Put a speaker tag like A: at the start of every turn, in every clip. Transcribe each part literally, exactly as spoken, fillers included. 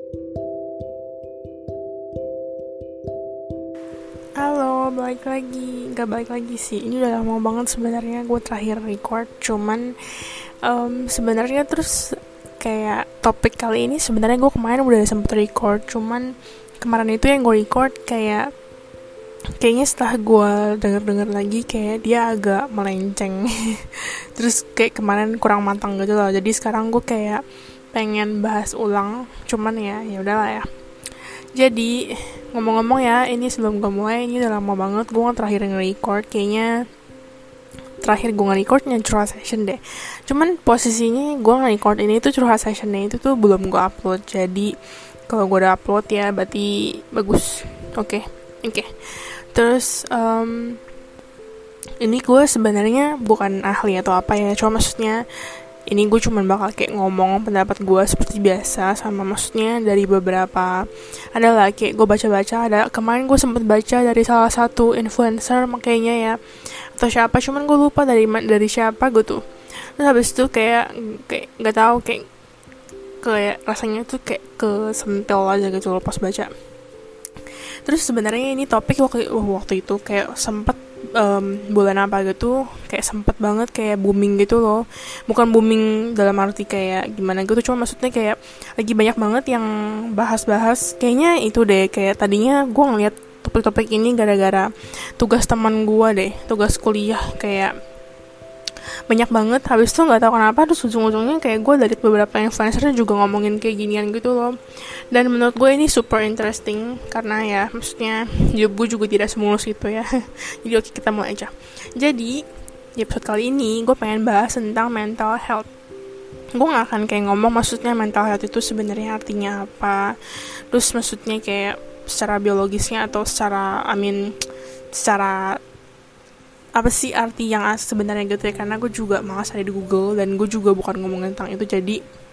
A: Halo, balik lagi. Gak balik lagi sih. Ini udah lama banget sebenarnya gue terakhir record. Cuman um, sebenarnya terus kayak topik kali ini sebenarnya gue kemarin udah sempet record. Cuman kemarin itu yang gue record kayak kayaknya setelah gue denger-denger lagi kayak dia agak melenceng. Terus kayak kemarin kurang matang gitu loh. Jadi sekarang gue kayak pengen bahas ulang. Cuman ya, ya udahlah ya. Jadi ngomong-ngomong ya, ini sebelum gue mulai, ini udah lama banget gue terakhir nge-record. Kayaknya terakhir gue nge-recordnya curhat session deh. Cuman posisinya gue nge-record ini tuh curhat sessionnya itu tuh belum gue upload. Jadi kalau gue udah upload ya berarti bagus. Oke, okay. oke. Okay. Terus um, ini gue sebenarnya bukan ahli atau apa ya. Cuma maksudnya ini gue cuma bakal kayak ngomong pendapat gue seperti biasa, sama maksudnya dari beberapa adalah kayak gue baca-baca. Ada kemarin gue sempet baca dari salah satu influencer makanya ya, atau siapa, cuman gue lupa dari dari siapa gue tuh. Terus habis itu kayak kayak nggak tahu kayak kayak rasanya tuh kayak kesentil aja gitu loh pas baca. Terus sebenarnya ini topik waktu waktu itu kayak sempet um, bulan apa gitu kayak sempet banget kayak booming gitu loh. Bukan booming dalam arti kayak gimana gitu, cuma maksudnya kayak lagi banyak banget yang bahas-bahas. Kayaknya itu deh, kayak tadinya gue ngeliat topik-topik ini gara-gara tugas teman gue deh, tugas kuliah. Kayak banyak banget, habis itu nggak tahu kenapa terus ujung-ujungnya kayak gue dari beberapa influencer juga ngomongin kayak ginian gitu loh. Dan menurut gue ini super interesting karena ya maksudnya hidup gue juga tidak semulus itu ya. Jadi oke, kita mulai aja. Jadi di episode kali ini gue pengen bahas tentang mental health. Gue gak akan kayak ngomong maksudnya mental health itu sebenarnya artinya apa, terus maksudnya kayak secara biologisnya atau secara I mean secara apa sih arti yang sebenarnya gitu ya, karena gue juga malas ada di Google dan gue juga bukan ngomongin tentang itu. Jadi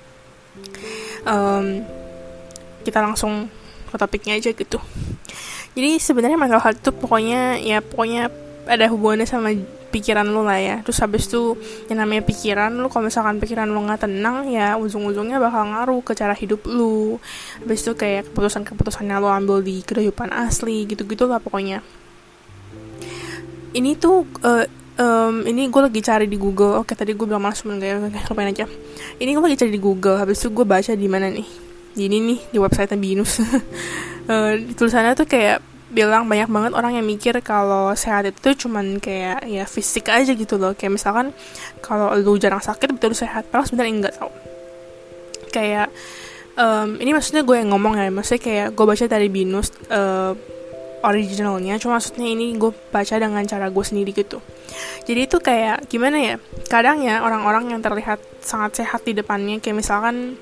A: um, kita langsung ke topiknya aja gitu. Jadi sebenarnya mental health itu pokoknya ya pokoknya ada hubungannya sama pikiran lu lah ya. Terus habis itu yang namanya pikiran lu, kalau misalkan pikiran lu nggak tenang ya ujung-ujungnya bakal ngaruh ke cara hidup lu. Habis itu kayak keputusan-keputusan yang lu ambil di kehidupan asli gitu-gitu lah pokoknya. Ini tuh uh, um, ini gue lagi cari di Google. Oke, tadi gue bilang langsung enggak ya, lupain aja. Ini gue lagi cari di Google. Habis itu gue baca di mana nih? Di ini nih, di website Binus. uh, tulisannya tuh kayak bilang banyak banget orang yang mikir kalau sehat itu cuman kayak ya fisik aja gitu loh. Kayak misalkan kalau lu jarang sakit betul sehat. Padahal sebenarnya enggak tau. Kayak um, ini maksudnya gue yang ngomong ya. Maksudnya kayak gue baca dari Binus uh, originalnya, cuma maksudnya ini gue baca dengan cara gue sendiri gitu. Jadi itu kayak gimana ya, kadang ya orang-orang yang terlihat sangat sehat di depannya, kayak misalkan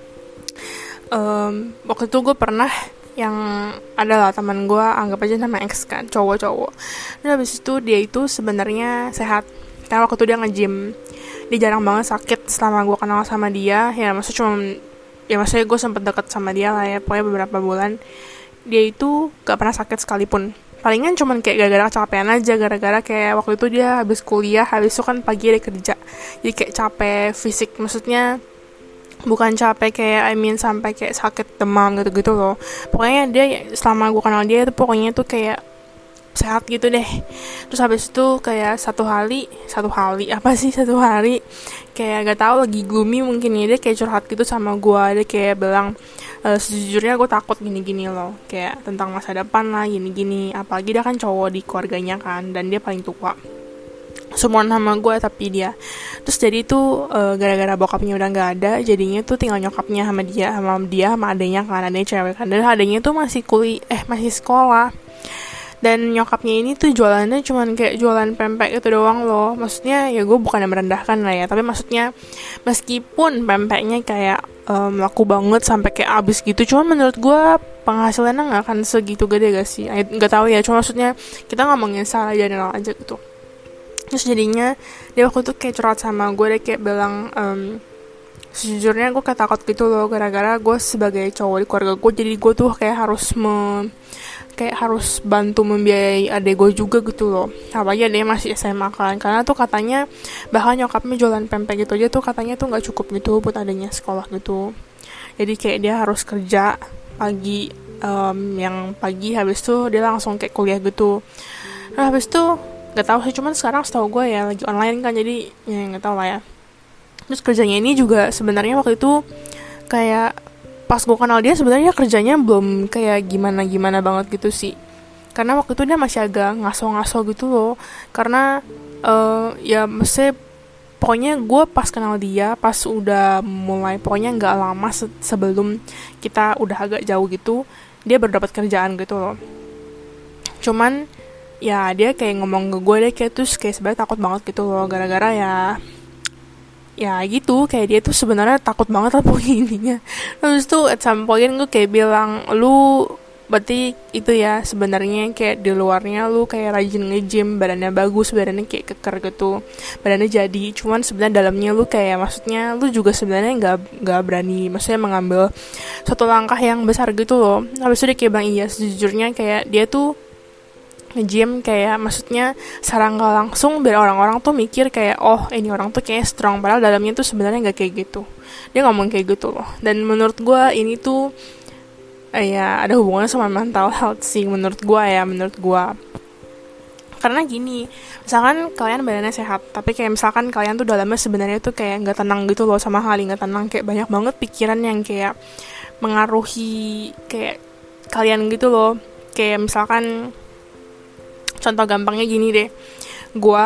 A: um, waktu itu gue pernah yang adalah teman gue, anggap aja nama X kan, cowok-cowok. Dan habis itu dia itu sebenarnya sehat, karena waktu itu dia nge-gym, dia jarang banget sakit selama gue kenal sama dia. Ya maksudnya cuma ya maksudnya gue sempet deket sama dia lah ya, pokoknya beberapa bulan. Dia itu gak pernah sakit sekalipun. Palingan cuman kayak gara-gara kecapean aja, gara-gara kayak waktu itu dia habis kuliah, habis itu kan pagi dia kerja, jadi kayak capek fisik. Maksudnya bukan capek kayak I mean sampai kayak sakit demam gitu-gitu loh. Pokoknya dia selama gue kenal dia itu pokoknya tuh kayak sehat gitu deh. Terus habis itu kayak satu hari satu hari apa sih satu hari kayak gak tahu lagi gloomy mungkin ya, dia kayak curhat gitu sama gue. Dia kayak bilang e, sejujurnya gue takut gini-gini loh, kayak tentang masa depan lah gini-gini. Apalagi dia kan cowok di keluarganya kan, dan dia paling tua semua nama gue tapi dia. Terus jadi tuh e, gara-gara bokapnya udah nggak ada, jadinya tuh tinggal nyokapnya sama dia sama dia sama adanya kan, adanya cewek kan, dan adanya tuh masih kuliah eh masih sekolah. Dan nyokapnya ini tuh jualannya cuman kayak jualan pempek itu doang loh. Maksudnya ya gue bukan yang merendahkan lah ya, tapi maksudnya meskipun pempeknya kayak um, laku banget sampai kayak abis gitu, cuman menurut gue penghasilannya nggak akan segitu gede gak sih? Nggak tahu ya, cuma maksudnya kita ngomongin salah general aja gitu. Terus jadinya dia waktu itu kayak curhat sama gue, dia kayak bilang um, sejujurnya gue kayak takut gitu loh, gara-gara gue sebagai cowok di keluarga gue, jadi gue tuh kayak harus me kayak harus bantu membiayai adek gue juga gitu loh. Apalagi adeknya masih S M A kan, karena tuh katanya bahkan nyokapnya jualan pempek gitu aja tuh katanya tuh nggak cukup gitu buat adeknya sekolah gitu. Jadi kayak dia harus kerja pagi, um, yang pagi habis itu dia langsung kayak kuliah gitu. Nah habis itu nggak tahu sih, cuman sekarang setahu gue ya lagi online kan, jadi ya nggak tahu lah ya. Terus kerjanya ini juga sebenarnya waktu itu kayak pas gue kenal dia sebenarnya kerjanya belum kayak gimana-gimana banget gitu sih. Karena waktu itu dia masih agak ngaso-ngaso gitu loh. Karena uh, ya mesti pokoknya gue pas kenal dia pas udah mulai, pokoknya nggak lama se- sebelum kita udah agak jauh gitu, dia baru dapat kerjaan gitu loh. Cuman ya dia kayak ngomong ke gue deh kayak, terus kayak sebenarnya takut banget gitu loh, gara-gara ya ya gitu, kayak dia tuh sebenarnya takut banget lah pokoknya intinya. Terus tuh at some point gue kayak bilang, lu berarti itu ya sebenarnya kayak di luarnya lu kayak rajin nge-gym, badannya bagus, badannya kayak keker gitu, badannya jadi, cuman sebenarnya dalamnya lu kayak, maksudnya lu juga sebenarnya nggak nggak berani, maksudnya mengambil suatu langkah yang besar gitu loh. Habis itu dia kayak bilang, iya sejujurnya kayak dia tuh nge-gym kayak maksudnya secara nggak langsung biar orang-orang tuh mikir kayak, oh ini orang tuh kayak strong, padahal dalamnya tuh sebenarnya nggak kayak gitu. Dia ngomong kayak gitu loh. Dan menurut gue ini tuh eh, ya ada hubungannya sama mental health sih menurut gue ya, menurut gue. Karena gini, misalkan kalian badannya sehat, tapi kayak misalkan kalian tuh dalamnya sebenarnya tuh kayak nggak tenang gitu loh, sama hal nggak tenang, kayak banyak banget pikiran yang kayak mengaruhi kayak kalian gitu loh. Kayak misalkan contoh gampangnya gini deh, gue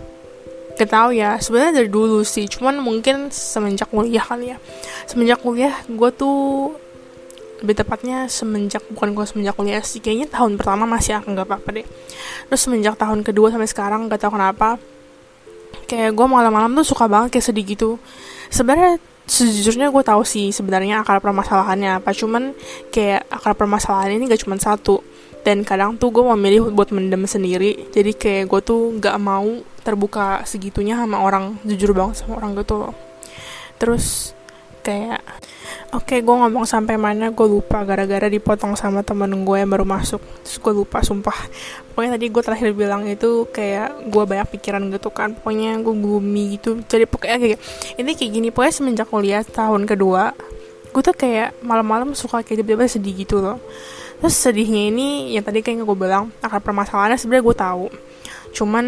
A: gak tau ya sebenarnya dari dulu sih, cuman mungkin semenjak kuliah kali ya. Semenjak kuliah gue tuh, lebih tepatnya semenjak, bukan gue semenjak kuliah sih, kayaknya tahun pertama masih aku nggak apa-apa deh. Terus semenjak tahun kedua sampai sekarang gak tau kenapa kayak gue malam-malam tuh suka banget kayak sedih gitu. Sebenarnya sejujurnya gue tahu sih sebenarnya akar permasalahannya apa, cuman kayak akar permasalahan ini gak cuma satu, dan kadang tuh gue memilih buat mendem sendiri. Jadi kayak gue tuh gak mau terbuka segitunya sama orang, jujur banget sama orang gitu loh. Terus kayak oke okay, gue ngomong sampai mana gue lupa, gara-gara dipotong sama temen gue yang baru masuk. Terus gue lupa sumpah. Pokoknya tadi gue terakhir bilang itu kayak gue banyak pikiran gitu kan, pokoknya gue gloomy gitu. Jadi pokoknya kayak ini kayak gini, pokoknya semenjak kuliah tahun kedua gue tuh kayak malam-malam suka kayak tiba-tiba sedih gitu loh. Terus sedihnya ini yang tadi kayak gue bilang akar permasalahannya sebenarnya gue tahu, cuman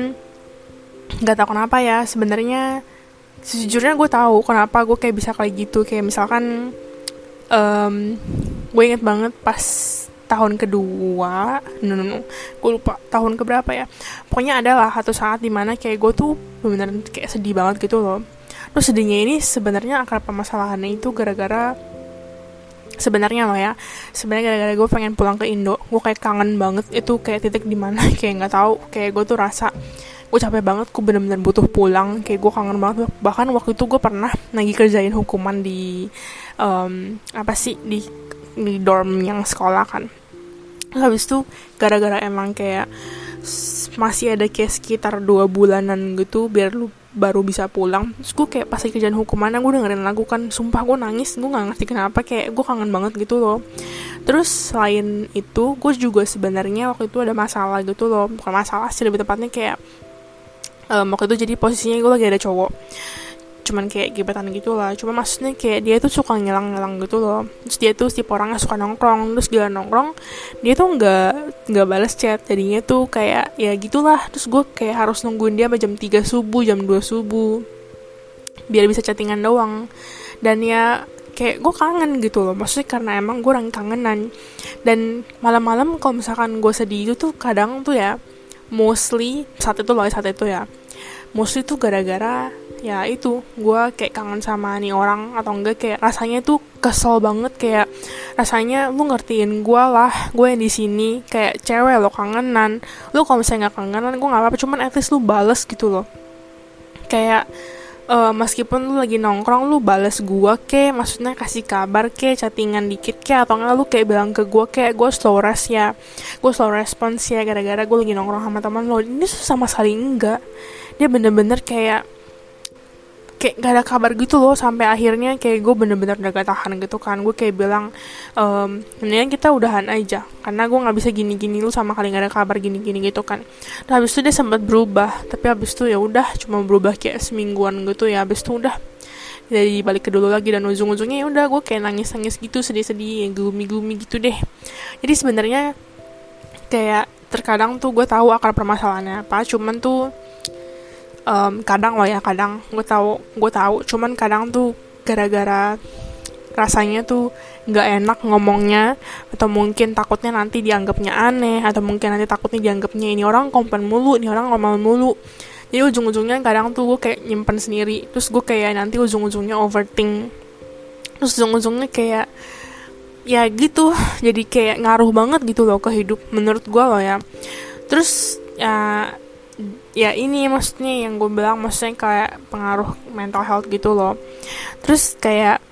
A: nggak tahu kenapa ya. Sebenarnya sejujurnya gue tahu kenapa gue kayak bisa kayak gitu. Kayak misalkan um, gue inget banget pas tahun kedua, no no no, gue lupa tahun keberapa ya. Pokoknya adalah satu saat dimana kayak gue tuh benar-benar kayak sedih banget gitu loh. Terus sedihnya ini sebenarnya akar permasalahannya itu gara-gara sebenarnya loh ya, sebenarnya gara-gara gue pengen pulang ke Indo. Gue kayak kangen banget, itu kayak titik dimana kayak nggak tahu, kayak gue tuh rasa gue capek banget, gue bener-bener butuh pulang, kayak gue kangen banget. Bahkan waktu itu gue pernah lagi kerjain hukuman di um, apa sih di di dorm yang sekolah kan. Habis itu gara-gara emang kayak masih ada kayak sekitar dua bulanan gitu biar lu baru bisa pulang. Terus gue kayak pas kerjaan hukuman gue dengerin lagu kan, sumpah gue nangis, gue nggak ngerti kenapa, kayak gue kangen banget gitu loh. Terus selain itu gue juga sebenarnya waktu itu ada masalah gitu loh, bukan masalah sih, lebih tepatnya kayak um, waktu itu jadi posisinya gue lagi ada cowok, cuman kayak gebetan gitu lah. Cuma maksudnya kayak dia tuh suka ngilang-ngilang gitu loh. Terus dia tuh tipe orangnya suka nongkrong, terus dia nongkrong dia tuh nggak nggak balas chat, jadinya tuh kayak ya gitulah. Terus gue kayak harus nungguin dia sampai jam tiga subuh, jam dua subuh biar bisa chattingan doang. Dan ya kayak gue kangen gitu loh, maksudnya karena emang gue orang kangenan. Dan malam-malam kalau misalkan gue sedih itu tuh kadang tuh ya, mostly saat itu loh saat itu ya mostly tuh gara-gara ya itu gue kayak kangen sama nih orang, atau enggak kayak rasanya tuh kesel banget, kayak rasanya lu ngertiin gue lah, gue yang di sini kayak cewek lo kangenan, lu kalau misalnya nggak kangenan gue nggak apa-apa, cuman at least lu bales gitu loh. Kayak uh, meskipun lu lagi nongkrong lu bales gue, kayak maksudnya kasih kabar, kayak chattingan dikit, kayak atau enggak lu kayak bilang ke gue kayak gue slow res ya, gue slow response ya gara-gara gue lagi nongkrong sama teman lo. Ini sama sekali enggak, dia bener-bener kayak kayak gak ada kabar gitu loh. Sampai akhirnya kayak gue bener-bener udah gak tahan gitu kan, gue kayak bilang ehm, mendingan kita udahan aja karena gue gak bisa gini-gini lu sama kali gak ada kabar gini-gini gitu kan. Nah habis itu dia sempat berubah, tapi habis itu ya udah cuma berubah kayak semingguan gitu ya. Habis itu udah dari balik ke dulu lagi, dan ujung-ujungnya ya udah gue kayak nangis-nangis gitu, sedih-sedih, gumi-gumi gitu deh. Jadi sebenarnya kayak terkadang tuh gue tahu akar permasalahannya apa, cuman tuh um, kadang loh ya kadang gue tahu gue tahu cuman kadang tuh gara-gara rasanya tuh nggak enak ngomongnya, atau mungkin takutnya nanti dianggapnya aneh, atau mungkin nanti takutnya dianggapnya ini orang komplain mulu, ini orang ngomel mulu. Jadi ujung-ujungnya kadang tuh gue kayak nyimpen sendiri, terus gue kayak nanti ujung-ujungnya overthink, terus ujung-ujungnya kayak ya gitu, jadi kayak ngaruh banget gitu loh ke hidup menurut gue loh ya. Terus ya ya ini maksudnya yang gue bilang, maksudnya kayak pengaruh mental health gitu loh. Terus kayak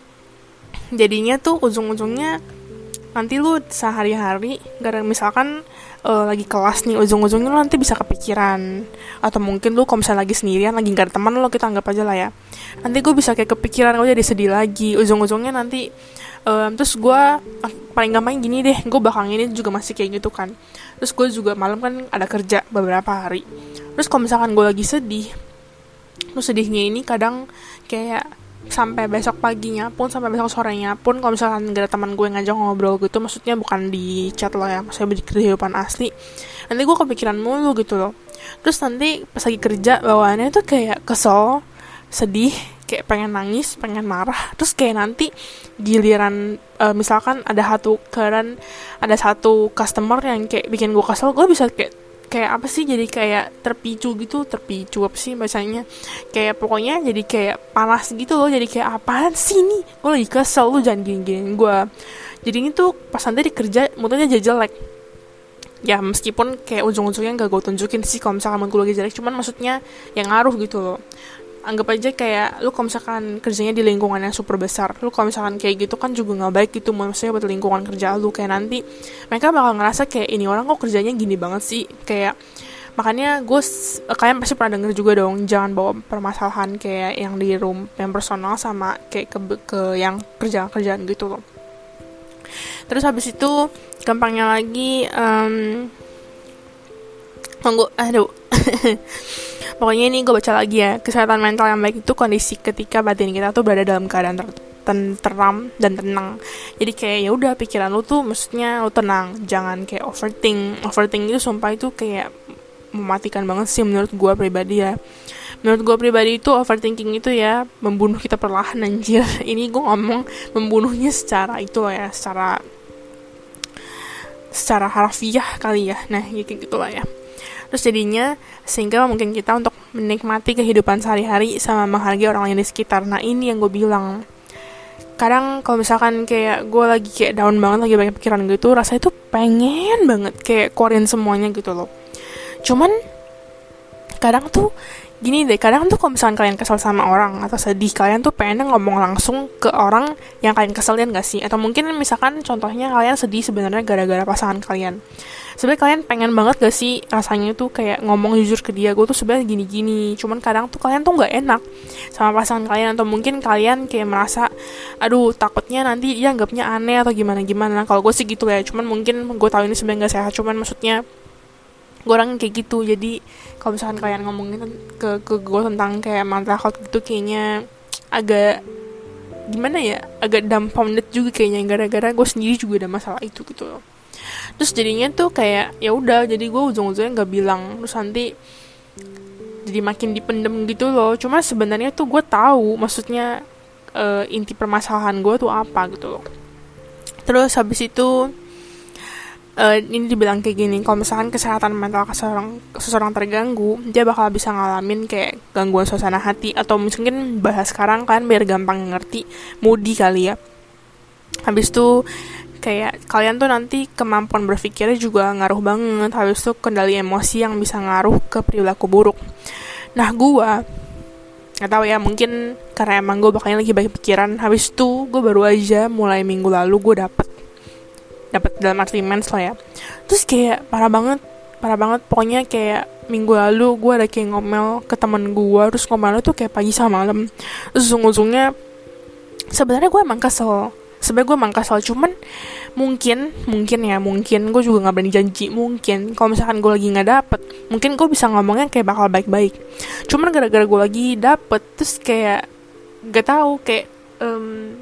A: jadinya tuh ujung-ujungnya nanti lu sehari-hari gara misalkan uh, lagi kelas nih, ujung-ujungnya lu nanti bisa kepikiran, atau mungkin lu kalau misalnya lagi sendirian, lagi gak ada teman lo, kita anggap aja lah ya, nanti gue bisa kayak kepikiran, gue jadi sedih lagi, ujung-ujungnya nanti um, terus gue paling gampang gini deh, gue bakal ini juga masih kayak gitu kan. Terus gue juga malam kan ada kerja beberapa hari, terus kalau misalkan gue lagi sedih, terus sedihnya ini kadang kayak sampai besok paginya pun, sampai besok sorenya pun, kalau misalkan gak ada teman gue ngajak ngobrol gitu, maksudnya bukan di chat loh ya, maksudnya di kehidupan asli, nanti gue kepikiran mulu gitu loh. Terus nanti pas lagi kerja bawaannya tuh kayak kesel, sedih, kayak pengen nangis, pengen marah. Terus kayak nanti giliran uh, misalkan ada satu keren ada satu customer yang kayak bikin gue kesel, gue bisa kayak kayak apa sih, jadi kayak terpicu gitu, terpicu apa sih bacanya, kayak pokoknya jadi kayak panas gitu loh, jadi kayak apaan sih nih, gue lagi kesel, lu jangan gini-gini gue. Jadi ini tuh pas nanti di kerja moodnya jadi jelek ya, meskipun kayak ujung-ujungnya gak gue tunjukin sih kalau misalkan mood gue lagi jelek, cuman maksudnya yang ngaruh gitu loh. Anggap aja kayak lu kalau misalkan kerjanya di lingkungan yang super besar, lu kalau misalkan kayak gitu kan juga nggak baik gitu, maksudnya buat lingkungan kerja lu, kayak nanti mereka bakal ngerasa kayak ini orang kok kerjanya gini banget sih, kayak makanya gue kalian pasti pernah denger juga dong, jangan bawa permasalahan kayak yang di room yang personal sama kayak ke ke yang kerjaan-kerjaan gitu loh. Terus habis itu gampangnya lagi um, monggo aduh pokoknya ini gue baca lagi ya, kesehatan mental yang baik itu kondisi ketika batin kita tuh berada dalam keadaan ter- tenteram dan tenang. Jadi kayak ya udah pikiran lu tuh maksudnya lu tenang, jangan kayak overthink. Overthink itu sumpah itu kayak mematikan banget sih menurut gue pribadi ya. Menurut gue pribadi itu overthinking itu ya membunuh kita perlahan, anjir. Ini gue ngomong membunuhnya secara itu loh ya, secara secara harfiah kali ya. Nah ya kayak gitu lah ya. Terus jadinya sehingga mungkin kita untuk menikmati kehidupan sehari-hari sama menghargai orang lain di sekitar. Nah ini yang gue bilang, kadang kalau misalkan kayak gue lagi kayak down banget, lagi banyak pikiran gitu, rasanya tuh pengen banget kayak keluarin semuanya gitu loh. Cuman kadang tuh gini deh, kadang tuh kalau misalkan kalian kesel sama orang atau sedih, kalian tuh pengen ngomong langsung ke orang yang kalian keselin gak sih? Atau mungkin misalkan contohnya kalian sedih sebenarnya gara-gara pasangan kalian, sebenarnya kalian pengen banget gak sih rasanya tuh kayak ngomong jujur ke dia, gue tuh sebenarnya gini-gini, cuman kadang tuh kalian tuh nggak enak sama pasangan kalian, atau mungkin kalian kayak merasa aduh takutnya nanti dia anggapnya aneh atau gimana-gimana. Kalau gue sih gitu ya, cuman mungkin gue tahu ini sebenarnya nggak sehat, cuman maksudnya gue orang kayak gitu. Jadi kalau misalkan kalian ngomongin ke ke gue tentang kayak mental health gitu, kayaknya agak gimana ya, agak dumbfounded juga kayaknya, gara-gara gue sendiri juga ada masalah itu gitu loh. Terus jadinya tuh kayak ya udah, jadi gue ujung-ujungnya nggak bilang, terus nanti jadi makin dipendem gitu loh. Cuma sebenarnya tuh gue tahu maksudnya uh, inti permasalahan gue tuh apa gitu loh. Terus habis itu Uh, ini dibilang kayak gini, kalau misalkan kesehatan mental seseorang, seseorang terganggu, dia bakal bisa ngalamin kayak gangguan suasana hati, atau mungkin bahas sekarang kan biar gampang ngerti, moody kali ya. Habis itu kayak kalian tuh nanti kemampuan berpikirnya juga ngaruh banget. Habis itu kendali emosi yang bisa ngaruh ke perilaku buruk. Nah gue nggak tahu ya, mungkin karena emang gue bakal lagi banyak pikiran. Habis itu gue baru aja mulai minggu lalu gue dapet dapat dalam arti mens lah ya. Terus kayak parah banget, parah banget pokoknya kayak minggu lalu gue ada kayak ngomel ke temen gue, terus ngomelnya tuh kayak pagi sama malam. Terus ujung-ujungnya sebenarnya gue emang kesel, sebenarnya gue emang kesel, cuman mungkin mungkin ya mungkin gue juga nggak berani janji, mungkin kalau misalkan gue lagi nggak dapet, mungkin gue bisa ngomongnya kayak bakal baik-baik. Cuman gara-gara gue lagi dapet, terus kayak gak tahu kayak um,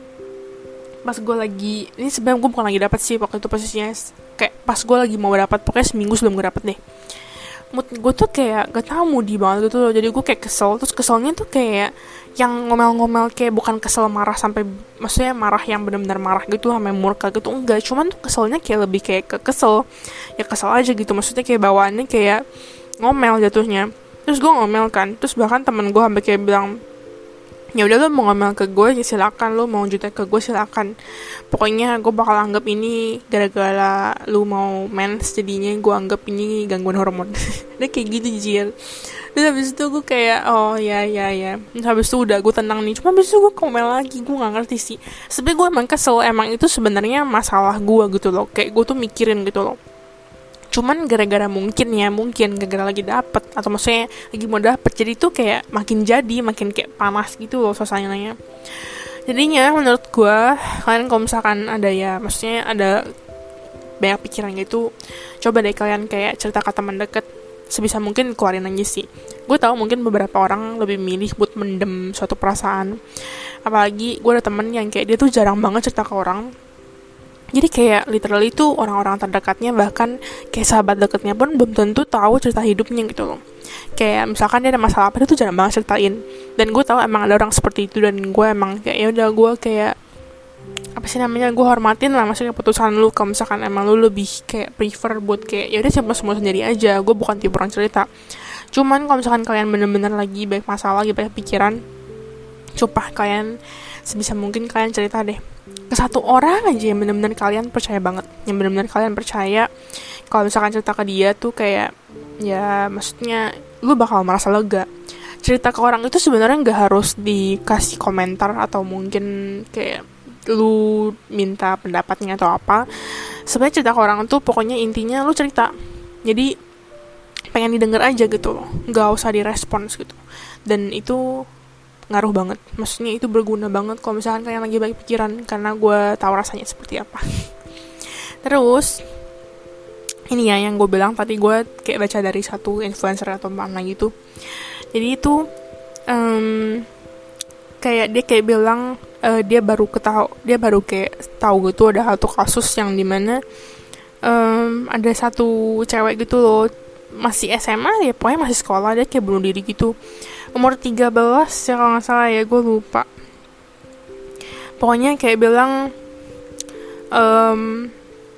A: pas gue lagi, ini sebenarnya gue bukan lagi dapat sih waktu itu posisinya, kayak pas gue lagi mau dapat, pokoknya seminggu sebelum gue dapet deh, mood gue tuh kayak gak tau moody banget gitu loh. Jadi gue kayak kesel, terus keselnya tuh kayak yang ngomel-ngomel, kayak bukan kesel marah sampai, maksudnya marah yang benar-benar marah gitu sampai murka gitu, enggak, cuman tuh keselnya kayak lebih kayak ke kesel, ya kesel aja gitu, maksudnya kayak bawaannya kayak ngomel jatuhnya. Terus gue ngomel kan, terus bahkan temen gue sampai kayak bilang, ya udah lo mau ngomel ke gue ya silakan, lo mau jutek ke gue silakan, pokoknya gue bakal anggap ini gara-gara lo mau mens, jadinya gue anggap ini gangguan hormon. Udah kayak gitu jir. Terus habis itu gue kayak oh ya ya ya, terus habis itu udah gue tenang nih, cuma habis itu gue komel lagi, gue nggak ngerti sih sebenarnya. Gue emang kesel, emang itu sebenarnya masalah gue gitu loh, kayak gue tuh mikirin gitu loh, cuman gara-gara mungkin ya mungkin gara-gara lagi dapet, atau maksudnya lagi mau dapet, jadi tuh kayak makin jadi makin kayak panas gitu loh suasananya. Jadinya menurut gue, kalian kalau misalkan ada ya, maksudnya ada banyak pikiran gitu, coba deh kalian kayak cerita ke teman deket, sebisa mungkin keluarin aja sih. Gue tahu mungkin beberapa orang lebih milih buat mendem suatu perasaan, apalagi gue ada temen yang kayak dia tuh jarang banget cerita ke orang. Jadi kayak literally tuh orang-orang terdekatnya, bahkan kayak sahabat dekatnya pun belum tentu tahu cerita hidupnya gitu loh. Kayak misalkan dia ada masalah apa, dia tuh jarang banget ceritain. Dan gue tahu emang ada orang seperti itu, dan gue emang kayak ya udah, gue kayak apa sih namanya, gue hormatin lah maksudnya keputusan lu. Kalau misalkan emang lu lebih kayak prefer buat kayak ya udah siapa semua sendiri aja, gue bukan tipe orang cerita. Cuman kalau misalkan kalian bener-bener lagi banyak masalah, lagi banyak pikiran, coba kalian sebisa mungkin kalian cerita deh ke satu orang aja yang benar-benar kalian percaya banget, yang benar-benar kalian percaya kalau misalkan cerita ke dia tuh kayak ya maksudnya lu bakal merasa lega. Cerita ke orang itu sebenarnya nggak harus dikasih komentar atau mungkin kayak lu minta pendapatnya atau apa. Sebenarnya cerita ke orang tuh pokoknya intinya lu cerita, jadi pengen didengar aja gitu loh, nggak usah direspons gitu. Dan itu ngaruh banget, maksudnya itu berguna banget kalau misalkan kalian lagi banyak pikiran, karena gue tahu rasanya seperti apa. Terus ini ya yang gue bilang tadi, gue kayak baca dari satu influencer atau mana gitu. Jadi itu um, kayak dia kayak bilang uh, dia baru ketahu, dia baru kayak tahu gitu ada satu kasus yang dimana um, ada satu cewek gitu loh, masih S M A ya, pokoknya masih sekolah, dia kayak bunuh diri gitu, umur tiga belas ya kalau gak salah ya, gue lupa. Pokoknya kayak bilang um,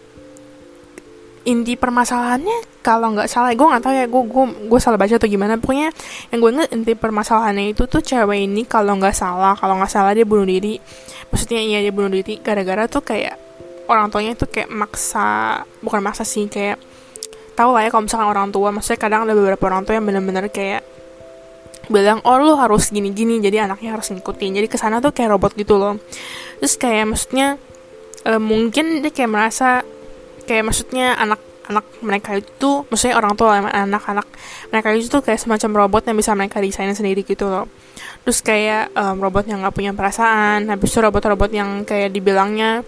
A: inti permasalahannya kalau gak salah, gue gak tahu ya, gue gue gue salah baca atau gimana. Pokoknya yang gue inget inti permasalahannya itu tuh cewek ini kalau gak salah, kalau gak salah dia bunuh diri. Maksudnya iya dia bunuh diri gara-gara tuh kayak orang tuanya tuh kayak maksa, bukan maksa sih, kayak tahu lah ya kalau misalkan orang tua, maksudnya kadang ada beberapa orang tua yang benar-benar kayak bilang oh lu harus gini-gini, jadi anaknya harus ngikutin, jadi kesana tuh kayak robot gitu loh. Terus kayak maksudnya e, mungkin dia kayak merasa kayak maksudnya anak-anak mereka itu, maksudnya orang tua anak-anak mereka itu tuh kayak semacam robot yang bisa mereka desain sendiri gitu loh. Terus kayak um, robot yang nggak punya perasaan, habis itu robot-robot yang kayak dibilangnya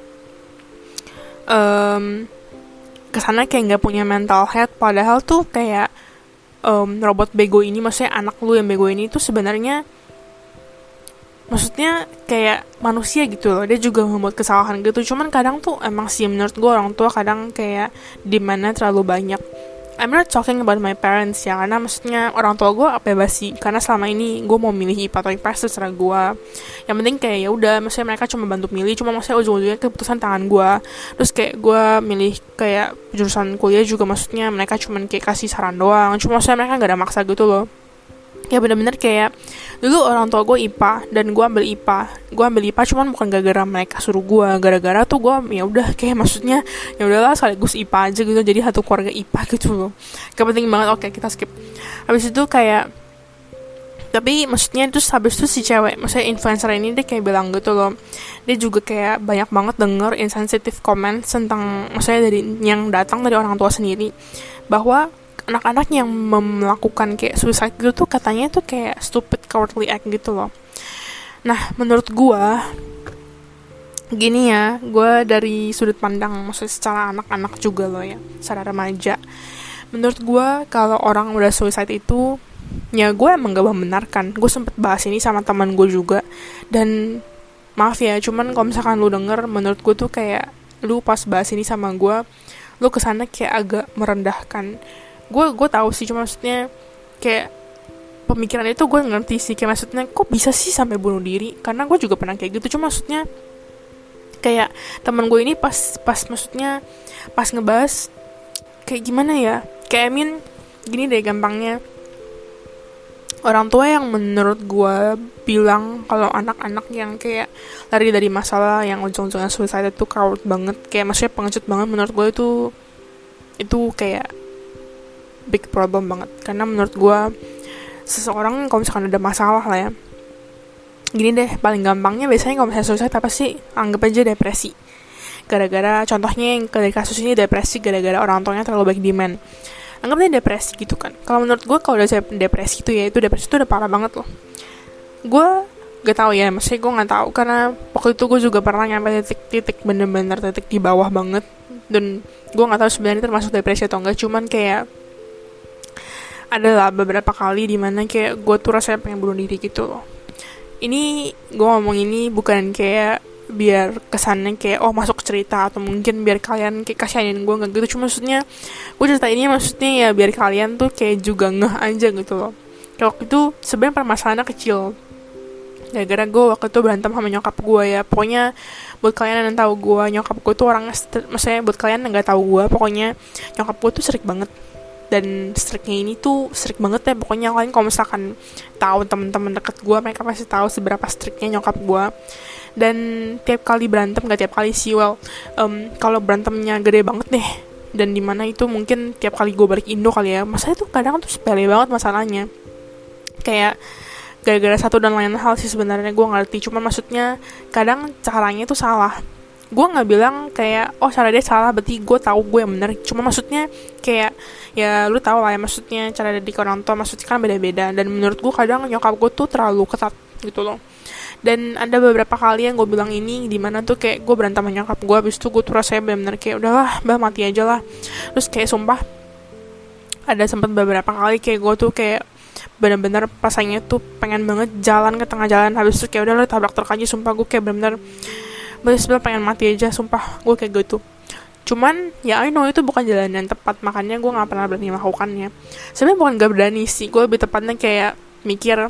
A: um, kesana kayak nggak punya mental health, padahal tuh kayak Um, robot bego ini, maksudnya anak lu yang bego ini tuh sebenarnya maksudnya kayak manusia gitu loh, dia juga membuat kesalahan gitu. Cuman kadang tuh emang sih menurut gue orang tua kadang kayak dimana terlalu banyak. I'm not talking about my parents ya, karena maksudnya orang tua gue bebas sih, karena selama ini gue mau milih I P A atau I P S terserah gue. Yang penting kayak ya udah, maksudnya mereka cuma bantu milih, cuma maksudnya ujung-ujungnya keputusan tangan gue. Terus kayak gue milih kayak jurusan kuliah juga, maksudnya mereka cuma kayak kasih saran doang, cuma maksudnya mereka gak ada maksa gitu loh. Ya benar-benar kayak dulu orang tua gue I P A dan gue ambil I P A, gue ambil I P A cuman bukan gara-gara mereka suruh gue, gara-gara tuh gue ya udah kayak maksudnya ya udahlah sekaligus I P A aja gitu, jadi satu keluarga I P A gitu loh, gak penting banget, oke kita skip. Habis itu kayak tapi maksudnya terus habis itu si cewek, maksudnya influencer ini dia kayak bilang gitu loh, dia juga kayak banyak banget denger insensitive comments tentang, maksudnya dari yang datang dari orang tua sendiri, bahwa anak-anak yang melakukan kayak suicide gitu tuh katanya tuh kayak stupid cowardly act gitu loh. Nah menurut gue gini ya, gue dari sudut pandang maksudnya secara anak-anak juga loh ya, secara remaja, menurut gue kalau orang udah suicide itu ya gue emang gak membenarkan. Gue sempet bahas ini sama teman gue juga, dan maaf ya, cuman kalau misalkan lu denger, menurut gue tuh kayak lu pas bahas ini sama gue, lu kesana kayak agak merendahkan. Gue gue tahu sih, cuma maksudnya kayak pemikiran itu gue ngerti sih, kayak maksudnya kok bisa sih sampai bunuh diri, karena gue juga pernah kayak gitu. Cuma maksudnya kayak teman gue ini pas pas maksudnya pas ngebahas kayak gimana ya, kayak I mean gini deh gampangnya, orang tua yang menurut gue bilang kalau anak-anak yang kayak lari dari masalah yang ujung-ujungnya suicide itu coward banget, kayak maksudnya pengecut banget. Menurut gue itu itu kayak big problem banget, karena menurut gue seseorang kalau misalkan ada masalah lah ya, gini deh, paling gampangnya biasanya kalau misalnya suicide apa sih, anggap aja depresi, gara-gara contohnya yang dari kasus ini depresi gara-gara orang tuanya terlalu baik demand, anggapnya depresi gitu kan. Kalau menurut gue kalau udah depresi itu ya itu depresi itu udah parah banget loh. Gue gak tahu ya, maksudnya gue nggak tahu karena waktu itu gue juga pernah nyampe titik-titik bener-bener titik di bawah banget, dan gue nggak tahu sebenarnya termasuk depresi atau enggak. Cuman kayak adalah beberapa kali dimana kayak gue tuh rasanya pengen bunuh diri gitu loh. Ini gue ngomong ini bukan kayak biar kesannya kayak oh masuk cerita atau mungkin biar kalian kayak kasihanin gue, nggak gitu. Cuma maksudnya gue cerita ini maksudnya ya biar kalian tuh kayak juga ngeh aja gitu loh. Kayak waktu itu sebenarnya permasalahannya kecil, gara-gara gue waktu itu berantem sama nyokap gue ya. Pokoknya buat kalian yang tahu gue, nyokap gue tuh orangnya st- maksudnya buat kalian yang nggak tahu gue, pokoknya nyokap gue tuh strict banget. Dan striknya ini tuh strict banget ya, pokoknya kalian kalau misalkan tahu teman-teman deket gue, mereka pasti tahu seberapa striknya nyokap gue. Dan tiap kali berantem, gak tiap kali sih, well um, kalau berantemnya gede banget deh, dan dimana itu mungkin tiap kali gue balik Indo kali ya, masalahnya tuh kadang tuh sepele banget masalahnya, kayak gara-gara satu dan lain hal sih sebenarnya gue ngerti. Cuma maksudnya kadang caranya tuh salah. Gue nggak bilang kayak oh cara dia salah berarti gue tahu gue yang benar. Cuma maksudnya kayak ya lu tahu lah ya, maksudnya cara didik orang tua maksudnya kan beda-beda, dan menurut gue kadang nyokap gue tuh terlalu ketat gitu loh. Dan ada beberapa kali yang gue bilang ini dimana tuh kayak gue berantem sama nyokap gue, abis itu gue tuh rasanya benar-benar kayak udahlah mbak mati aja lah. Terus kayak sumpah ada sempat beberapa kali kayak gue tuh kayak benar-benar pasangnya tuh pengen banget jalan ke tengah jalan, habis itu kayak udah lo tabrak truk aja. Sumpah gue kayak benar-benar bener-bener pengen mati aja, sumpah gue kayak gitu. Cuman ya I know itu bukan jalan yang tepat, makanya gue gak pernah berani melakukannya. Sebenarnya bukan gak berani sih, gue lebih tepatnya kayak mikir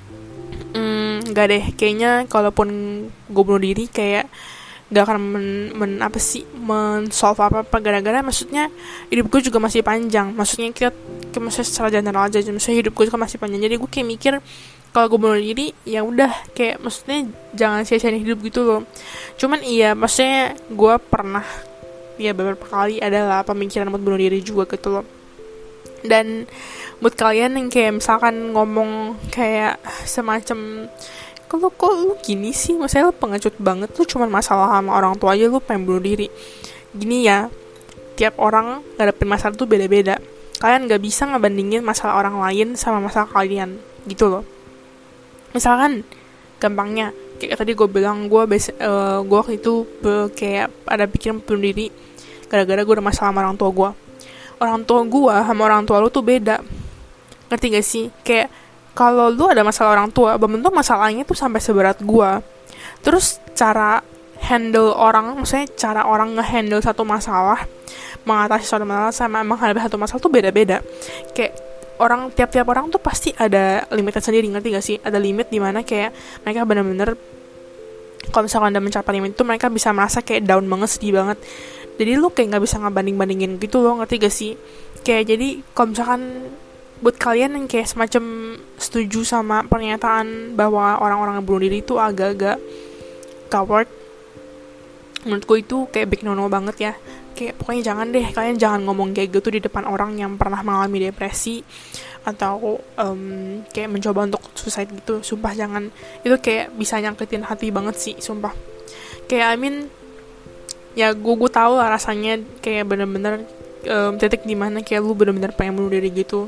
A: hmm, gak deh, kayaknya kalaupun gue bunuh diri kayak gak akan men, men apa sih men-solve apa-apa, gara-gara maksudnya hidup gue juga masih panjang. Maksudnya kita, kita maksudnya secara general aja, maksudnya hidup gue juga masih panjang. Jadi gue kayak mikir kalau gue bunuh diri ya udah, kayak maksudnya jangan sia-siain hidup gitu loh. Cuman iya maksudnya gue pernah ya beberapa kali adalah pemikiran buat bunuh diri juga gitu loh. Dan buat kalian yang kayak misalkan ngomong kayak semacam kalau kok lu gini sih, maksudnya lu pengecut banget, lu cuman masalah sama orang tua aja lu pengen bunuh diri. Gini ya, tiap orang ngadepin masalah tuh beda-beda. Kalian gak bisa ngebandingin masalah orang lain sama masalah kalian gitu loh. Misalkan gampangnya kayak tadi gue bilang, gue bes- uh, gue waktu itu be- kayak ada pikiran bunuh diri gara-gara gue ada masalah sama orang tua gue. Orang tua gue sama orang tua lu tuh beda, ngerti gak sih? Kayak kalau lu ada masalah orang tua, belum tentu masalahnya tuh sampai seberat gue. Terus cara handle orang, maksudnya cara orang ngehandle satu masalah, mengatasi suatu masalah sama menghadapi satu masalah tuh beda-beda. Kayak orang, tiap-tiap orang tuh pasti ada limitnya sendiri, ngerti gak sih? Ada limit dimana kayak mereka benar-benar kalau misalkan udah mencapai limit itu mereka bisa merasa kayak down banget, sedih banget. Jadi lu kayak gak bisa ngebanding-bandingin gitu loh, ngerti gak sih? Kayak jadi kalau misalkan buat kalian yang kayak semacam setuju sama pernyataan bahwa orang-orang yang bunuh diri itu agak-agak coward, menurut gue itu kayak big no-no banget ya. Kayak pokoknya jangan deh, kalian jangan ngomong kayak gitu di depan orang yang pernah mengalami depresi atau um, kayak mencoba untuk suicide gitu. Sumpah jangan, itu kayak bisa nyakitin hati banget sih, sumpah. Kayak I mean ya gue gue tahu lah rasanya kayak bener-bener um, titik dimana kayak lu bener-bener pengen bunuh diri gitu.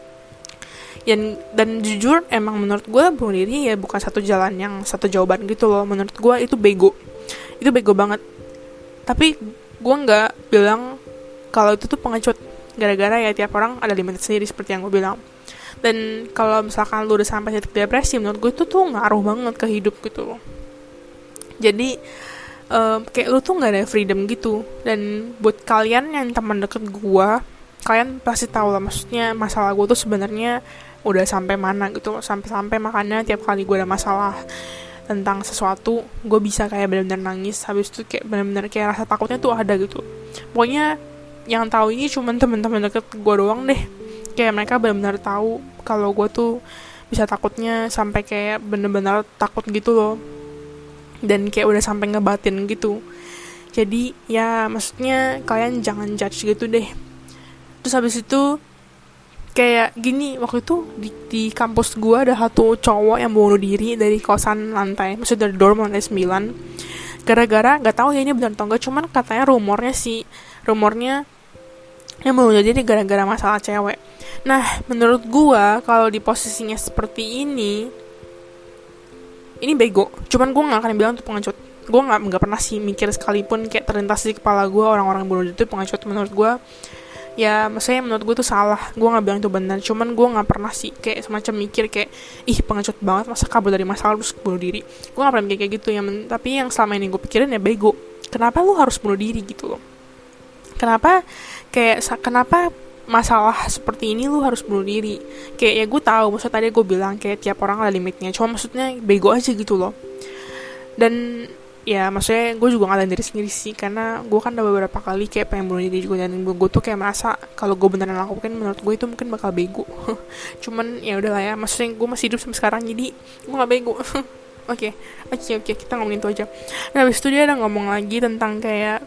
A: Dan, dan jujur emang menurut gue bunuh diri ya bukan satu jalan yang satu jawaban gitu loh. Menurut gue itu bego, itu bego banget. Tapi gue nggak bilang kalau itu tuh pengecut, gara-gara ya tiap orang ada limit sendiri seperti yang gue bilang. Dan kalau misalkan lu udah sampai titik depresi, menurut gue itu tuh ngaruh banget ke hidup gitu loh. Jadi um, kayak lu tuh nggak ada freedom gitu. Dan buat kalian yang teman deket gue, kalian pasti tahu lah, maksudnya masalah gue tuh sebenarnya udah sampai mana gitu, sampai-sampai makanya tiap kali gue ada masalah tentang sesuatu, gue bisa kayak benar-benar nangis, habis itu kayak benar-benar kayak rasa takutnya tuh ada gitu. Pokoknya yang tahu ini cuman teman-teman deket gue doang deh, kayak mereka benar-benar tahu kalau gue tuh bisa takutnya sampai kayak benar-benar takut gitu loh, dan kayak udah sampai ngebatin gitu. Jadi ya maksudnya kalian jangan judge gitu deh. Terus habis itu kayak gini, waktu itu di, di kampus gue ada satu cowok yang bunuh diri dari kosan lantai, maksudnya dari dorm lantai sembilan, gara-gara gak tahu ya ini benar atau enggak, cuman katanya rumornya sih, rumornya yang bunuh diri gara-gara masalah cewek. Nah menurut gue kalau di posisinya seperti ini, ini bego. Cuman gue gak akan bilang itu pengecut. Gue gak, gak pernah sih mikir sekalipun kayak terlintas di kepala gue orang-orang bunuh diri itu pengecut. Menurut gue ya maksudnya menurut gue tuh salah, gue gak bilang itu benar, cuman gue gak pernah sih kayak semacam mikir kayak ih pengecut banget masa kabur dari masalah terus bunuh diri. Gue gak pernah mikir kayak gitu ya, men- tapi yang selama ini gue pikirin ya bego, kenapa lu harus bunuh diri gitu loh, kenapa kayak kenapa masalah seperti ini lu harus bunuh diri. Kayak ya gue tahu, maksud tadi gue bilang kayak tiap orang ada limitnya, cuma maksudnya bego aja gitu loh. Dan ya maksudnya gue juga ngalahin diri sendiri sih, karena gue kan udah beberapa kali kayak pengen bunuh diri juga, dan gue, gue tuh kayak merasa kalau gue beneran lakukan, menurut gue itu mungkin bakal bego. Cuman ya udahlah ya, maksudnya gue masih hidup sampai sekarang, jadi gue gak bego. Oke, oke oke kita ngomongin itu aja. Nah habis itu dia ada ngomong lagi tentang kayak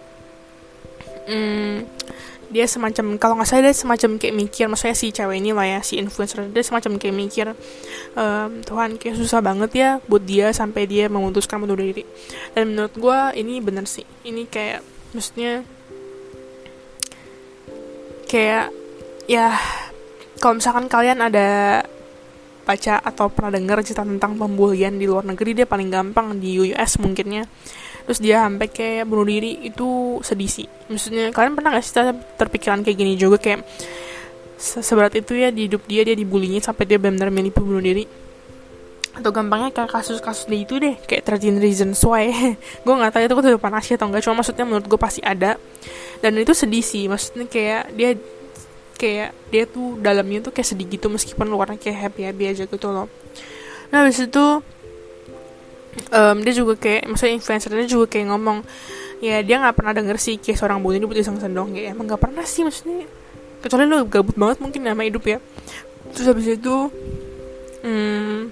A: hmm, dia semacam, kalau nggak salah dia semacam kayak mikir, maksudnya si cewek ini lah ya, si influencer, dia semacam kayak mikir, ehm, Tuhan kayak susah banget ya buat dia sampai dia memutuskan bunuh diri. Dan menurut gue ini bener sih, ini kayak maksudnya kayak ya kalau misalkan kalian ada baca atau pernah dengar cerita tentang pembulian di luar negeri, dia paling gampang di U S mungkinnya, terus dia sampai kayak bunuh diri, itu sedih sih. Maksudnya kalian pernah gak sih terpikiran kayak gini juga, kayak seberat itu ya di hidup dia, dia dibulinya sampai dia benar-benar milih bunuh diri. Atau gampangnya kayak kasus-kasus dia itu deh, kayak thirteen Reasons Why. Gue gak tahu itu keturunan Asia atau enggak, cuma maksudnya menurut gue pasti ada. Dan itu sedih sih, maksudnya kayak dia kayak dia tuh dalamnya tuh kayak sedih gitu, meskipun luarnya kayak happy-happy aja gitu loh. Nah habis itu Um, dia juga kayak, maksudnya influencernya juga kayak ngomong, ya dia nggak pernah denger sih kayak seorang bunuh diri buat iseng-iseng dong, ya emang nggak pernah sih, maksudnya kecuali lo gabut banget mungkin sama hidup ya. Terus habis itu hmm,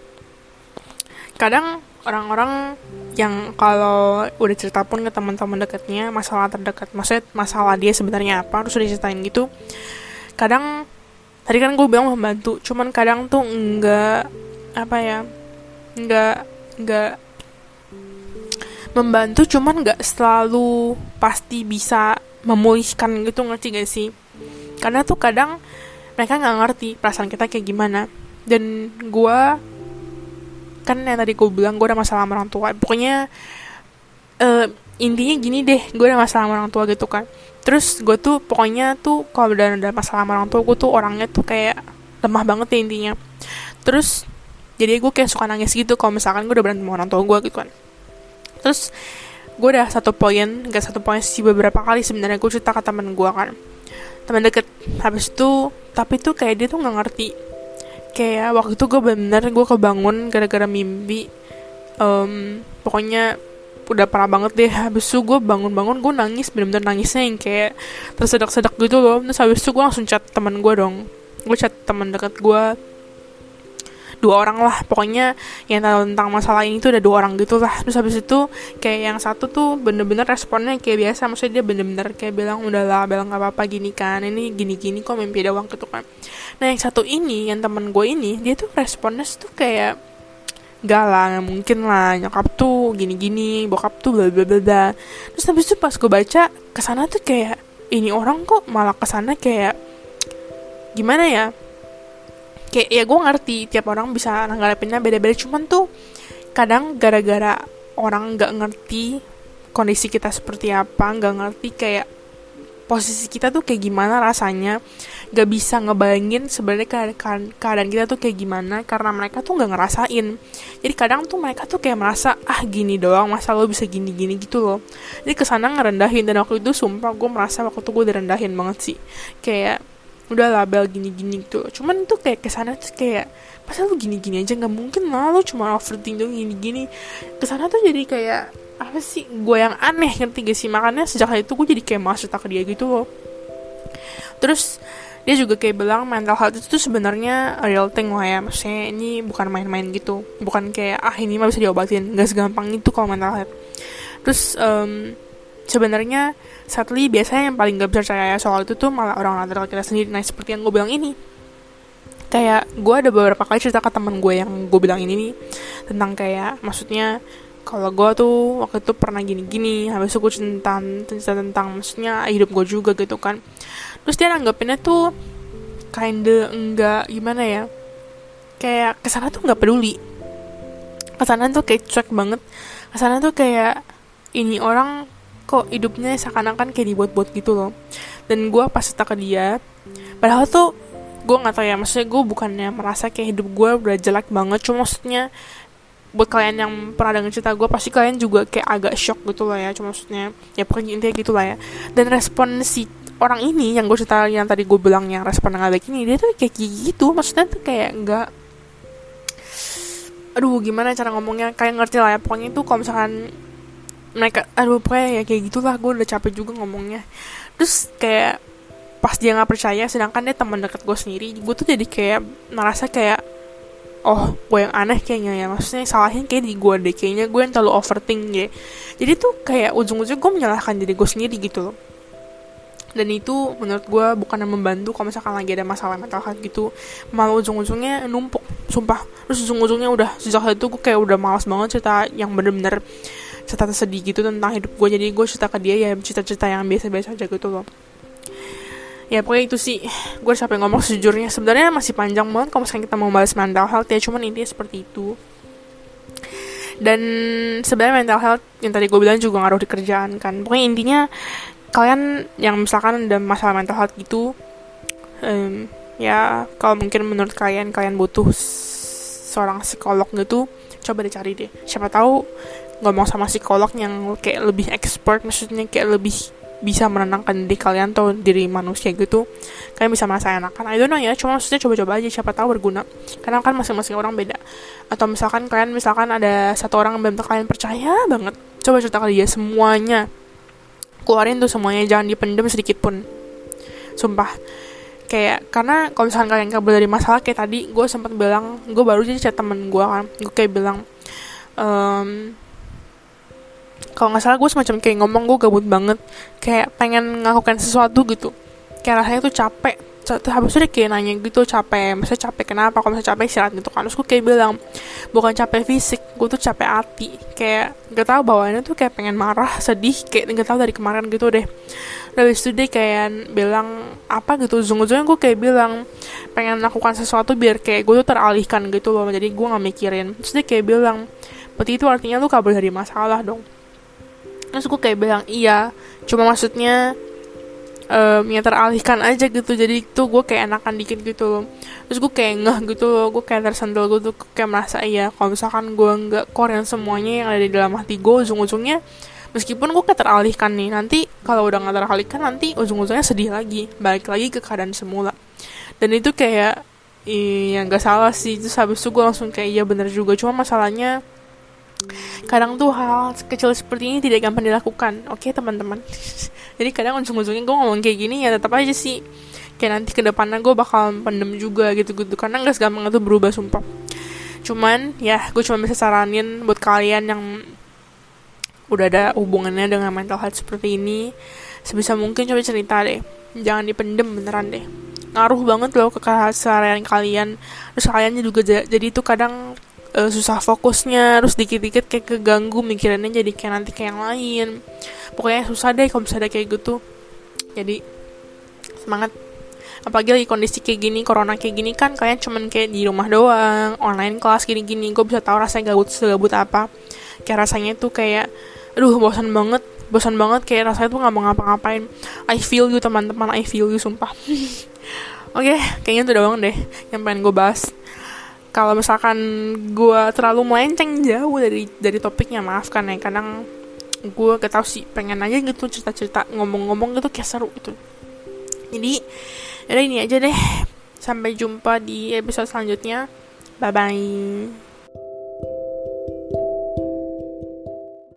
A: kadang orang-orang yang kalau udah cerita pun ke teman-teman dekatnya masalah terdekat, maksudnya masalah dia sebenarnya apa, terus udah ceritain gitu, kadang tadi kan gue bilang membantu, cuman kadang tuh enggak apa ya, enggak enggak membantu, cuman gak selalu pasti bisa memulihkan gitu, ngerti gak sih? Karena tuh kadang mereka gak ngerti perasaan kita kayak gimana. Dan gue kan yang tadi gue bilang, gue ada masalah sama orang tua, pokoknya uh, intinya gini deh, gue ada masalah sama orang tua gitu kan. Terus gue tuh pokoknya tuh kalau udah ada masalah sama orang tua, gue tuh orangnya tuh kayak lemah banget ya intinya. Terus jadi gue kayak suka nangis gitu kalau misalkan gue udah berantem sama orang tua gue gitu kan. Terus gue udah satu poin, gak satu poin sih, beberapa kali sebenarnya gue cerita ke teman gue kan, teman deket. Habis itu tapi tuh kayak dia tuh nggak ngerti. Kayak waktu itu gue bener gue kebangun gara-gara mimpi, um, pokoknya udah parah banget deh. Habis itu gue bangun-bangun, gue nangis, bener-bener nangisnya yang kayak tersedak-sedak gitu loh. Terus habis itu gue langsung chat teman gue dong, gue chat teman deket gue, dua orang lah pokoknya yang tahu tentang masalah ini tuh ada dua orang gitu lah. Terus habis itu kayak yang satu tuh bener-bener responnya kayak biasa, maksudnya dia bener-bener kayak bilang udahlah bilang nggak apa-apa gini kan, ini gini-gini kok mimpi doang gitu kan. Nah yang satu ini, yang teman gue ini, dia tuh responnya tuh kayak gak lah, gak mungkin lah nyokap tuh gini-gini, bokap tuh bla bla bla. Terus habis itu pas gue baca kesana tuh kayak ini orang kok malah kesana kayak gimana ya, kayak ya gue ngerti tiap orang bisa nanggapinnya beda-beda, cuman tuh kadang gara-gara orang nggak ngerti kondisi kita seperti apa, nggak ngerti kayak posisi kita tuh kayak gimana rasanya, gak bisa ngebayangin sebenarnya keadaan, keadaan kita tuh kayak gimana, karena mereka tuh gak ngerasain. Jadi kadang tuh mereka tuh kayak merasa, ah gini doang, masa lo bisa gini-gini gitu loh. Jadi kesana ngerendahin, dan waktu itu sumpah gue merasa waktu itu gue direndahin banget sih. Kayak udah label gini-gini gitu. Cuman tuh kayak kesana tuh kayak, masa lu gini-gini aja, gak mungkin lah, lu cuma overthinking dong gini-gini. Kesana tuh jadi kayak, apa sih, gue yang aneh, ngerti gak sih? Makanya sejak hari itu gue jadi kayak malas cerita ke dia gitu loh. Terus dia juga kayak bilang mental health itu tuh sebenarnya real thing lah ya, maksudnya ini bukan main-main gitu, bukan kayak ah ini mah bisa diobatin, gak segampang itu kalau mental health. Terus um, sebenarnya sadly biasanya yang paling gak bisa percaya soal itu tuh malah orang-orang terdekat kita sendiri. Nah seperti yang gue bilang ini, kayak gue ada beberapa kali cerita ke temen gue yang gue bilang ini nih, tentang kayak maksudnya kalau gue tuh waktu itu pernah gini-gini, habis itu gue cerita tentang, tentang maksudnya hidup gue juga gitu kan. Terus dia nanggepinnya tuh kinda enggak, gimana ya, kayak kesana tuh nggak peduli, kesana tuh kayak cuek banget, kesana tuh kayak ini orang kok hidupnya seakan-akan kayak dibuat-buat gitu loh. Dan gue pas cerita ke dia, padahal tuh gue nggak tahu ya, maksudnya gue bukannya merasa kayak hidup gue udah jelek banget, cuma maksudnya buat kalian yang pernah denger cerita gue pasti kalian juga kayak agak shock gitu lah ya, cuma maksudnya ya pokoknya intinya gitu lah ya. Dan respon si orang ini yang gue cerita yang tadi gue bilang yang respon nggak baik ini, dia tuh kayak gitu, maksudnya tuh kayak nggak, aduh gimana cara ngomongnya, kayak ngerti lah ya pokoknya tuh kalau misalkan mereka, aduh pokoknya ya kayak gitulah, gue udah capek juga ngomongnya. Terus kayak pas dia nggak percaya, sedangkan dia teman dekat gue sendiri, gue tuh jadi kayak merasa kayak oh gue yang aneh kayaknya ya, maksudnya salahnya kayak di gue deh, kayaknya gue yang terlalu overthinking ya. Jadi tuh kayak ujung-ujung gue menyalahkan diri gue sendiri gitu loh. Dan itu menurut gue bukan yang membantu kalau misalkan lagi ada masalah mental health gitu, malah ujung-ujungnya numpuk, sumpah. Terus ujung-ujungnya udah sejak itu gue kayak udah malas banget cerita yang bener-bener cerita sedih gitu tentang hidup gue. Jadi gue cerita ke dia ya cerita-cerita yang biasa-biasa aja gitu loh. Ya pokoknya itu sih, gue capek ngomong sejujurnya. Sebenarnya masih panjang banget kalau misalkan kita mau bahas mental health ya, cuman intinya seperti itu. Dan sebenarnya mental health yang tadi gue bilang juga ngaruh di kerjaan kan. Pokoknya intinya kalian yang misalkan ada masalah mental health gitu, um, ya kalau mungkin menurut kalian kalian butuh seorang psikolog gitu, coba dicari deh. Siapa tahu ngomong sama psikolog yang kayak lebih expert, maksudnya kayak lebih bisa menenangkan diri kalian atau diri manusia gitu, kalian bisa merasa enakan. I don't know ya, cuma maksudnya coba-coba aja, siapa tahu berguna, karena kan masing-masing orang beda. Atau misalkan kalian misalkan ada satu orang yang benar-benar kalian percaya banget, coba cerita ke dia semuanya, keluarin tuh semuanya, jangan dipendam sedikit pun, sumpah. Kayak karena kalau misalkan kalian kabur dari masalah, kayak tadi gue sempat bilang, gue baru aja chat temen gue kan, gue kayak bilang um, kalau nggak salah gue semacam kayak ngomong gue gabut banget, kayak pengen ngelakukan sesuatu gitu, kayak rasanya tuh capek. Terus habis itu dia kayak nanya gitu, capek, maksudnya capek kenapa, kalau misalnya capek istirahat gitu kan. Terus gue kayak bilang bukan capek fisik, gue tuh capek hati, kayak gak tahu bawaannya tuh kayak pengen marah, sedih, kayak gak tahu dari kemarin gitu deh. Habis itu dia kayak bilang apa gitu, ujung-ujungnya gue kayak bilang pengen melakukan sesuatu biar kayak gue tuh teralihkan gitu loh, jadi gue gak mikirin. Terus dia kayak bilang berarti itu artinya lu kabur dari masalah dong. Terus gue kayak bilang iya, cuma maksudnya um, ya teralihkan aja gitu, jadi itu gue kayak enakan dikit gitu loh. Terus gue kayak ngeh gitu loh, gue kayak tersentil, gue tuh kayak merasa iya kalau misalkan gue nggak korean semuanya yang ada di dalam hati gue, ujung-ujungnya meskipun gue kayak teralihkan nih, nanti kalau udah nggak teralihkan nanti ujung-ujungnya sedih lagi, balik lagi ke keadaan semula. Dan itu kayak iya nggak salah sih. Terus habis itu gue langsung kayak iya bener juga, cuma masalahnya kadang tuh hal kecil seperti ini tidak gampang dilakukan, oke okay, teman-teman. Jadi kadang ujung-ujungnya gue ngomong kayak gini ya tetap aja sih kayak nanti kedepannya gue bakal pendem juga gitu-gitu, karena gak segampang itu berubah sumpah. Cuman ya gue cuma bisa saranin buat kalian yang udah ada hubungannya dengan mental health seperti ini, sebisa mungkin coba cerita deh, jangan dipendem beneran deh, ngaruh banget loh ke keseharian kalian. Terus kalian juga jadi itu kadang Uh, susah fokusnya, terus dikit-dikit kayak keganggu mikirannya, jadi kayak nanti kayak yang lain. Pokoknya susah deh kalau misalnya kayak gitu. Jadi semangat. Apalagi lagi kondisi kayak gini, corona kayak gini kan, kalian cuman kayak di rumah doang, online kelas gini-gini. Gue bisa tahu rasanya gabut segabut apa. Kayak rasanya tuh kayak, aduh bosan banget, bosan banget kayak rasanya tuh nggak mau ngapa-ngapain. I feel you teman-teman, I feel you sumpah. Oke, kayaknya itu doang deh yang pengen gue bahas. Kalau misalkan gue terlalu melenceng jauh dari dari topiknya, maafkan ya. Kadang gue gak tau sih, pengen aja gitu cerita-cerita, ngomong-ngomong gitu kayak seru gitu. Jadi udah ini aja deh. Sampai jumpa di episode selanjutnya. Bye bye.